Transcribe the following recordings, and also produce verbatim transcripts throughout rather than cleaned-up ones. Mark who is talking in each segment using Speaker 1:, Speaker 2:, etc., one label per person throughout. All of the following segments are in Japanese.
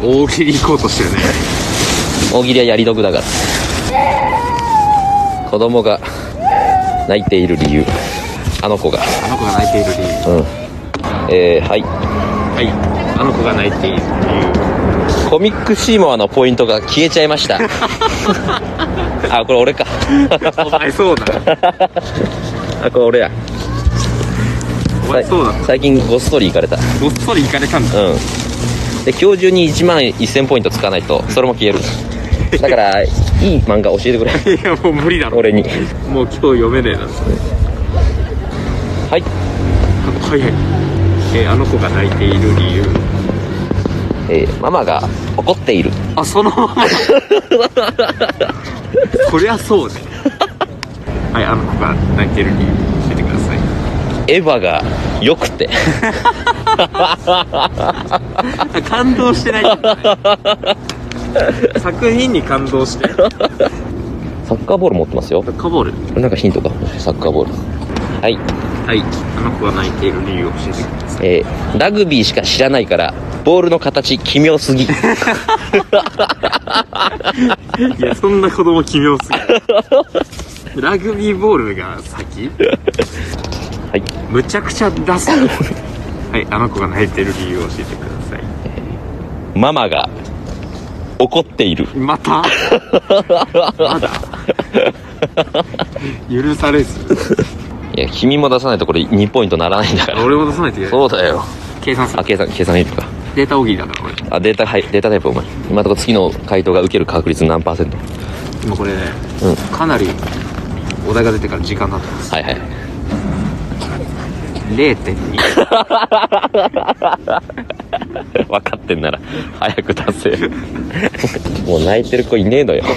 Speaker 1: 大喜利行こうとしてるね。
Speaker 2: 大喜利はやり得だから。子供が泣いている理由。あの子が。
Speaker 1: あの子が泣いている理由。
Speaker 2: うん。えー、はい。
Speaker 1: はい。あの子が泣いている理由。
Speaker 2: コミックシーモアのポイントが消えちゃいました。あ、これ俺か。
Speaker 1: お前そうだ。
Speaker 2: あ、これ俺や。
Speaker 1: お前そうだ。
Speaker 2: 最近ごっそり行かれた。
Speaker 1: ごっそり行かれたんだ。
Speaker 2: うん。で今日中にいちまんせんポイント使わないとそれも消える。だからいい漫画教えてくれ。
Speaker 1: いやもう無理だろ
Speaker 2: 俺に。
Speaker 1: もう今日読めねえな。
Speaker 2: はい。
Speaker 1: はいはい。えー、あの子が泣いている理由。
Speaker 2: えー、ママが怒っている。
Speaker 1: あ、そのまま。そりゃそうね。はい、あの子が泣いている理由教えてください。
Speaker 2: エヴァが良くて。
Speaker 1: 感動してない、ね、作品に感動して。
Speaker 2: サッカーボール持ってますよ。
Speaker 1: サッカーボール。
Speaker 2: これなんかヒントか。サッカーボール。はい
Speaker 1: はい。あの子が泣いている理由を教えてください。
Speaker 2: えー、ラグビーしか知らないからボールの形奇妙すぎ。い
Speaker 1: やそんな子供奇妙すぎ。ラグビーボールが先。
Speaker 2: はい。
Speaker 1: むちゃくちゃ出す。はい。あの子が泣いている理由を教えてください。
Speaker 2: ママが怒っている。
Speaker 1: またまだ許されず。
Speaker 2: いや君も出さないとこれにポイントならないんだから。
Speaker 1: 俺も出さないといけない。
Speaker 2: そうだよ。
Speaker 1: 計算する。
Speaker 2: あ、計算計算いるか。
Speaker 1: データ大喜利だから俺。
Speaker 2: あ、データ、はい、データタイプお前。今のところ次の回答が受ける確率何パーセント？
Speaker 1: 今これね、
Speaker 2: うん、
Speaker 1: かなりお題が出てから時間になってます。
Speaker 2: はいはい。
Speaker 1: れいてんに。
Speaker 2: 分かってんなら早く出せ。もう泣いてる子いねえのよ。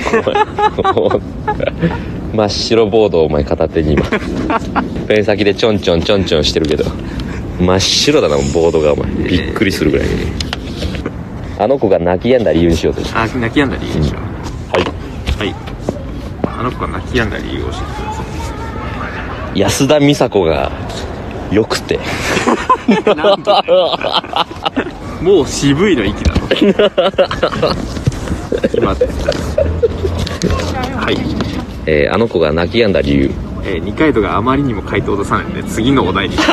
Speaker 2: 真っ白ボードをお前片手に今ペン先でちょんちょんちょんちょんしてるけど真っ白だなボードがお前。びっくりするぐらい。あの子が泣き止んだ理由にしようとして。
Speaker 1: あ、泣き止んだ理由にしよう。
Speaker 2: はい
Speaker 1: はい。あの子が泣き止んだ理由を教えてくださ
Speaker 2: い。安田美沙子がよくて。
Speaker 1: なんでもう渋いの息だろ。今で。はい。
Speaker 2: えー、あの子が泣き止んだ理由。
Speaker 1: えー、二階堂があまりにも回答を出さないので次のお題に。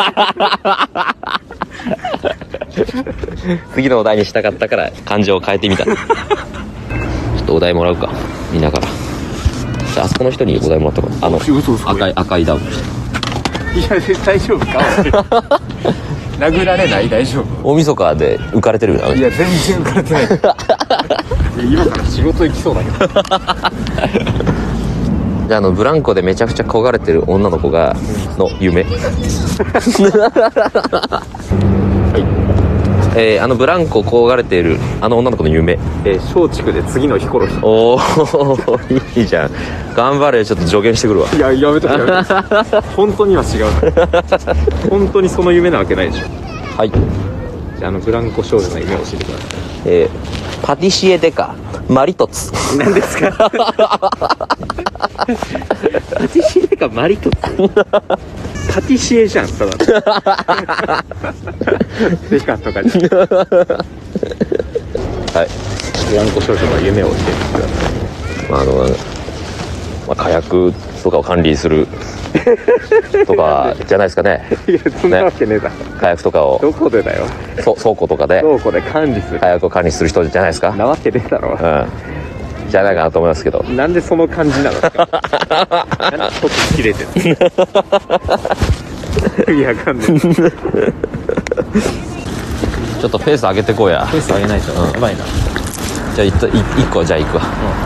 Speaker 2: 次のお題にしたかったから感情を変えてみた。ちょっとお題もらうか見ながら。じゃああそこの人にお題もらったか。あの赤い赤いダウン。
Speaker 1: いや大丈夫か。殴られない？大丈夫？
Speaker 2: 大晦日で浮かれてるよな。
Speaker 1: いや全然浮かれてない。いや今から仕事行きそうだけど。
Speaker 2: じゃあ、あのブランコでめちゃくちゃ焦がれてる女の子がの夢。はい。えー、あのブランコ焦がれているあの女の子の夢。
Speaker 1: えー、松竹で次のヒコロヒー。
Speaker 2: おーいいじゃん。頑張れ。ちょっと助言してくるわ。
Speaker 1: いややめとけやめとけ。本当には違う。本当にその夢なわけないでしょ。はい。じゃあ、あのブランコ少女の夢を教えてください。
Speaker 2: えー、パティシエデカマリトツ。
Speaker 1: 何ですか？パティシエデカマリトツ。パティシエじゃんただ。デカとかじゃん。はい。ブランコ少女の夢を教えてください。
Speaker 2: あの、まあ、火薬とかを管理するとかじゃないですかね。
Speaker 1: いやそんなわけねえだろ、ね、
Speaker 2: 火薬とかを
Speaker 1: どこでだよ。
Speaker 2: そ倉庫とかで
Speaker 1: 倉庫で管理する
Speaker 2: 火薬を管理する人じゃないですか。
Speaker 1: なわけねえだろ、
Speaker 2: うん、じゃないかなと思いますけど。
Speaker 1: なんでその感じなのか。なんでちょっと切れてる。意味わかんない。
Speaker 2: ちょっとペース上げてこうや。
Speaker 1: ペース上げないと、うん、やばいな。
Speaker 2: じゃあいっこじゃあ行くわ、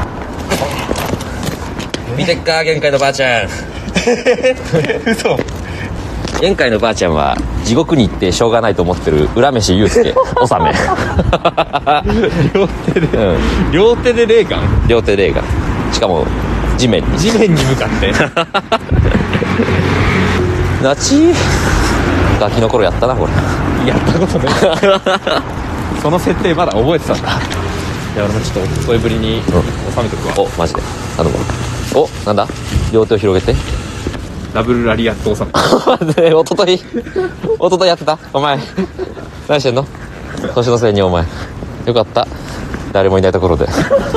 Speaker 2: うん、見てっか限界のばあちゃん。
Speaker 1: 嘘。
Speaker 2: 限界のばあちゃんは地獄に行ってしょうがないと思ってる浦飯祐介納め。
Speaker 1: 両手で、
Speaker 2: うん、
Speaker 1: 両手でレーガン。
Speaker 2: 両手レーガン。しかも地面に
Speaker 1: 地面に向かって
Speaker 2: なちガキの頃やったなこれ。
Speaker 1: やったことない。その設定まだ覚えてたんだ。じゃあ俺もちょっと声ぶりに収めとくわ、
Speaker 2: うん、おマジで頼む。おなんだ両手を広げて
Speaker 1: ダブルラリアット収め。
Speaker 2: おとといおとといやってたお前何してんの。年のせいにお前よかった、誰もいないところで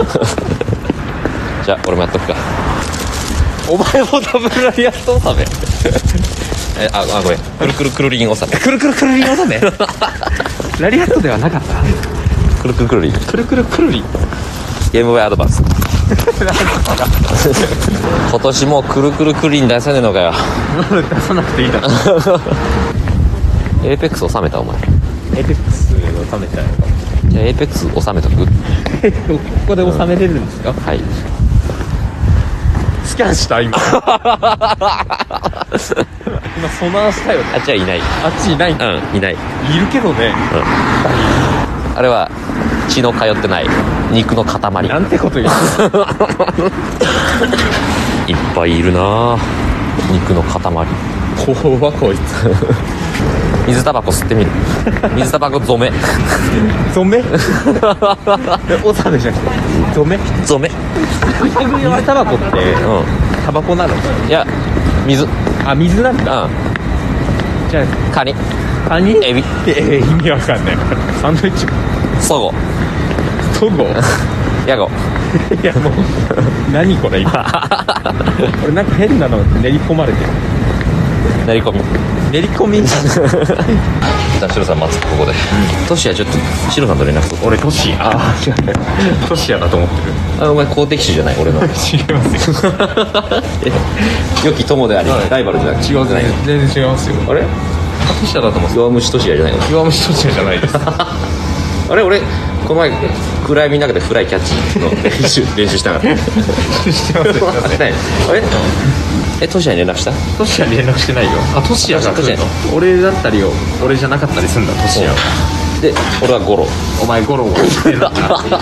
Speaker 2: じゃあ俺もやっとくか。お前もダブルラリアット納めえああごめん、くるくるくるりん納め
Speaker 1: くるくるくるりん納めラリアットではなかった。
Speaker 2: くるくるくるりん
Speaker 1: くるくるくるりん
Speaker 2: ゲームボーイアドバンス今年もくるくるくるりん出さねえのかよ
Speaker 1: 出さなくていいだろ
Speaker 2: エーペックス収めたお前。
Speaker 1: エーペックスを収めたいのか。
Speaker 2: じゃあエーペックス収めとく。
Speaker 1: ここで収めれるんですか、うん、
Speaker 2: はい。
Speaker 1: スキャンした今今ソナーしたよね。
Speaker 2: あっちはいない。
Speaker 1: あっちいないんだ。
Speaker 2: うん、いない。
Speaker 1: いるけどね、
Speaker 2: うん、あれは血の通ってない肉の塊。
Speaker 1: なんてこと言う
Speaker 2: いっぱいいるな肉の塊。
Speaker 1: 怖こいつ
Speaker 2: 水タバコ吸ってみる水タバコ染め
Speaker 1: 染めおさめじゃなくて染め
Speaker 2: 染め
Speaker 1: 水タバコって、うん、タバコなの？
Speaker 2: いや水。
Speaker 1: あ、水なんだ。
Speaker 2: うん。
Speaker 1: じゃあ
Speaker 2: カニ
Speaker 1: カニ
Speaker 2: エビ
Speaker 1: えー、意味わかんないサンドイッチ
Speaker 2: ソゴ
Speaker 1: ソゴ
Speaker 2: ヤゴ
Speaker 1: いやもう何これ今俺なんか変なの練り込まれてる。
Speaker 2: 練り込み
Speaker 1: 練り込み
Speaker 2: じゃあシロさん待つここで。トシヤちょっとシロさんと連絡取って。
Speaker 1: 俺トシヤ、あー違うトシヤだと思ってる。
Speaker 2: あお前公的種じゃない俺の
Speaker 1: 違いますよ
Speaker 2: 良き友であり、はい、ライバルじゃなくて。
Speaker 1: 違う全然違いますよ。
Speaker 2: あれ
Speaker 1: トシヤだと思って。
Speaker 2: 弱虫トシヤじゃないの？
Speaker 1: 弱虫トシヤじゃないです
Speaker 2: あれ俺この前暗闇の中でフライキャッチの練習練習したから
Speaker 1: してますよ
Speaker 2: あれえトシヤに連絡した？
Speaker 1: トシヤに連絡してないよ。あトシヤが来るの？俺だったりよ俺じゃなかったりするんだトシヤは。
Speaker 2: で俺はゴロ。
Speaker 1: お前ゴロゴロしてるんだ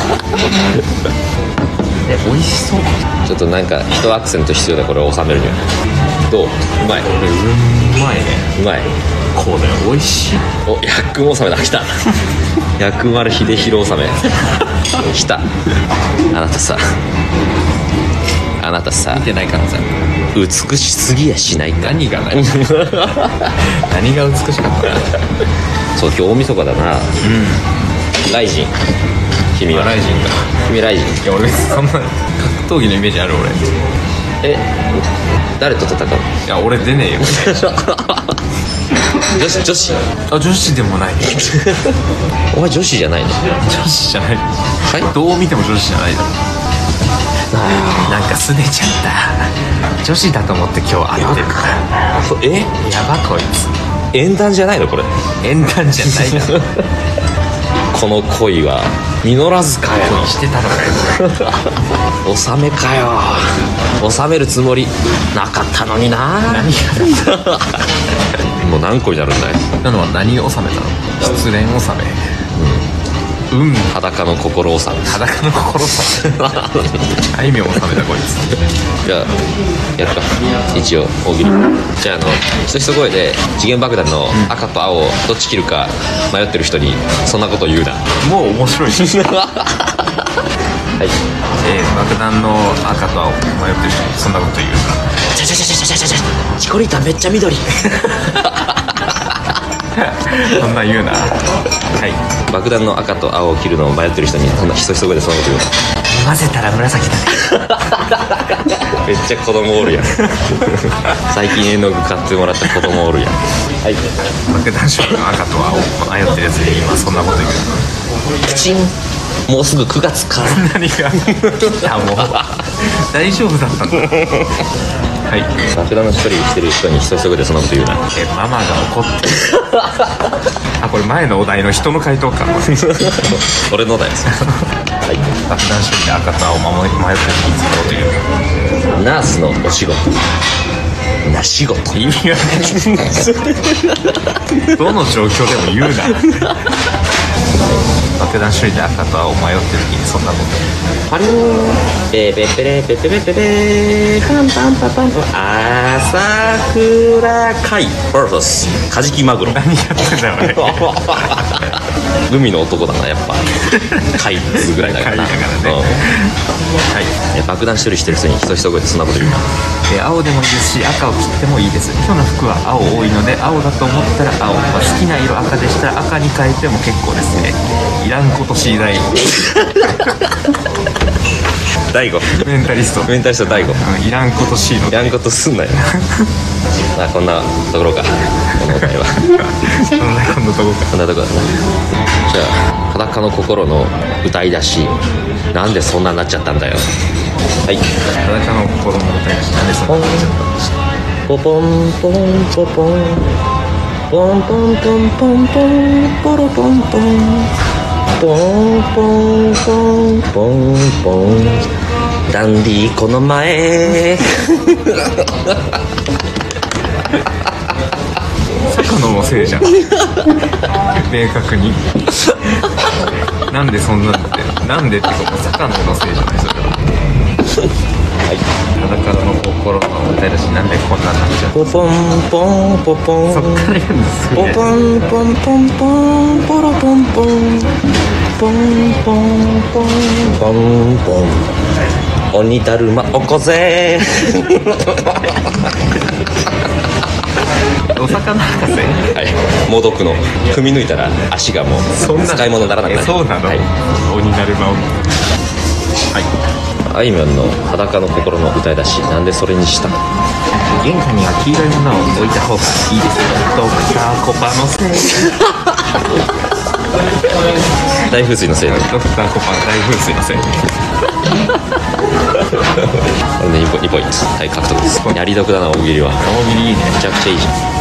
Speaker 1: え美味しそう。
Speaker 2: ちょっとなんか一アクセント必要だこれを収めるには。どう？うまい。
Speaker 1: これうまいね。
Speaker 2: うまい。
Speaker 1: こうだよ美味しい。
Speaker 2: おヤックン納めだ。来た薬丸秀弘納め来た。あなたさあなたさ
Speaker 1: 見てないからさ
Speaker 2: 美しすぎやしないか。
Speaker 1: 何がない何が美しかった
Speaker 2: そう今日大晦日だな。うんライジン君は
Speaker 1: ライジンか。
Speaker 2: 君ライジン。
Speaker 1: いや俺別にそんな格闘技のイメージある俺。
Speaker 2: え誰と戦う？
Speaker 1: いや俺出ねえよ
Speaker 2: 女子女子
Speaker 1: あ女子でもない
Speaker 2: お前女子じゃないの？
Speaker 1: 女子じゃない。
Speaker 2: はい
Speaker 1: どう見ても女子じゃないだろ。なんかすねちゃった女子だと思って今日会ってるから
Speaker 2: え
Speaker 1: やばこいつ
Speaker 2: 縁談じゃないのこれ？
Speaker 1: 縁談じゃないだろ
Speaker 2: この恋は実らずかよ。
Speaker 1: 恋してたのかよ
Speaker 2: 納めかよ。納めるつもりなかったのにな。
Speaker 1: 何が
Speaker 2: もう何個になるんだい。
Speaker 1: なのは何を納めたの？失恋納め。うん、
Speaker 2: 裸の心納め。
Speaker 1: 裸の心納めあいみょん納めたこいつ。
Speaker 2: じゃあやるか一応大喜利。じゃああのひとひと声で次元爆弾の赤と青をどっち切るか迷ってる人にそんなこと言うな。
Speaker 1: もう面白いしはい、えー、爆弾の赤と青迷ってる人にそんなこと言うな。
Speaker 2: ちゃちゃちゃちゃちゃちゃちゃチコリータめっちゃ緑
Speaker 1: そんなん言うな。はい
Speaker 2: 爆弾の赤と青を切るのを迷ってる人にそんなひとひと声でそんなこと言うな。
Speaker 1: 混ぜたら紫だね
Speaker 2: めっちゃ子供おるやん最近絵の具買ってもらった子供おるやん。はい
Speaker 1: 爆弾色の赤と青を迷ってるやつに今そんなこと言う
Speaker 2: の。プチンもうすぐくがつか。
Speaker 1: 何が来たもう大丈夫だったんだはい
Speaker 2: 爆弾の処理してる人にひとひと声でそんなこと言うな。
Speaker 1: えママが怒ってあこれ前のお題の人の回答か
Speaker 2: 俺のだよはい
Speaker 1: 爆弾処理で赤と青を迷ってる人にそんなこと言う
Speaker 2: ナースのお仕事な仕事
Speaker 1: 意味がないどの状況でも言うな爆弾処理で赤と青を迷ってる時にそんなこと
Speaker 2: パリンペペペレペペペペペパンパンパパン朝倉海バーサスカジキマグロ
Speaker 1: 何やってんだよ俺
Speaker 2: 海の男だなやっぱ貝津ぐらいだからな
Speaker 1: 貝だからね、
Speaker 2: うん、はい、いや爆弾処理してる人に人一声でそんなこと言うな。
Speaker 1: で青でもいいですし赤を切ってもいいです。今日の服は青多いので青だと思ったら青、まあ、好きな色赤でしたら赤に変えても結構ですね。いらんことしない
Speaker 2: 大悟
Speaker 1: メンタリスト、
Speaker 2: メンタリスト大悟、
Speaker 1: うん、いらんことしいの
Speaker 2: やんことすんなよまあこんなところかこのお題は
Speaker 1: そんなこんなとこか。
Speaker 2: こんなところだな。じゃあ裸の心の歌い出し、なんでそんなになっちゃったんだよ。はい、
Speaker 1: 裸の心の歌い出しなんでそんなになっちゃったん
Speaker 2: ポポンポンポポンポンポンポンポンポンポロポンポンポンポンポンポンポンダンディこの前
Speaker 1: 坂野のせいじゃん明確になんでそんなんってなんでってこと坂野のせいじゃないそれは。
Speaker 2: はい、
Speaker 1: 裸の心の歌い出しなんでこんなんなっちゃう。
Speaker 2: ポポンポンポポン
Speaker 1: そっからやるんです
Speaker 2: ポポンポンポンポンポロポンポンポンポンポンポンポン鬼だるまおこぜ
Speaker 1: お魚博士。
Speaker 2: はい、猛毒の踏み抜いたら足がもう
Speaker 1: そんな
Speaker 2: 使い物にならなくなる。
Speaker 1: そうなの、
Speaker 2: はい、
Speaker 1: 鬼だるまを。はい、
Speaker 2: あいみょんの裸の心の歌い出し、なんでそれにした。
Speaker 1: 玄関には黄色いものを置いた方がいいですよ。ドクターコパのせい
Speaker 2: 大風水のせいで
Speaker 1: ドクターコパの大風水のせい
Speaker 2: これでにポイント、はい、獲得です。やり得だな大喜利は。
Speaker 1: 大喜利いいね。
Speaker 2: めちゃくちゃいいじゃん。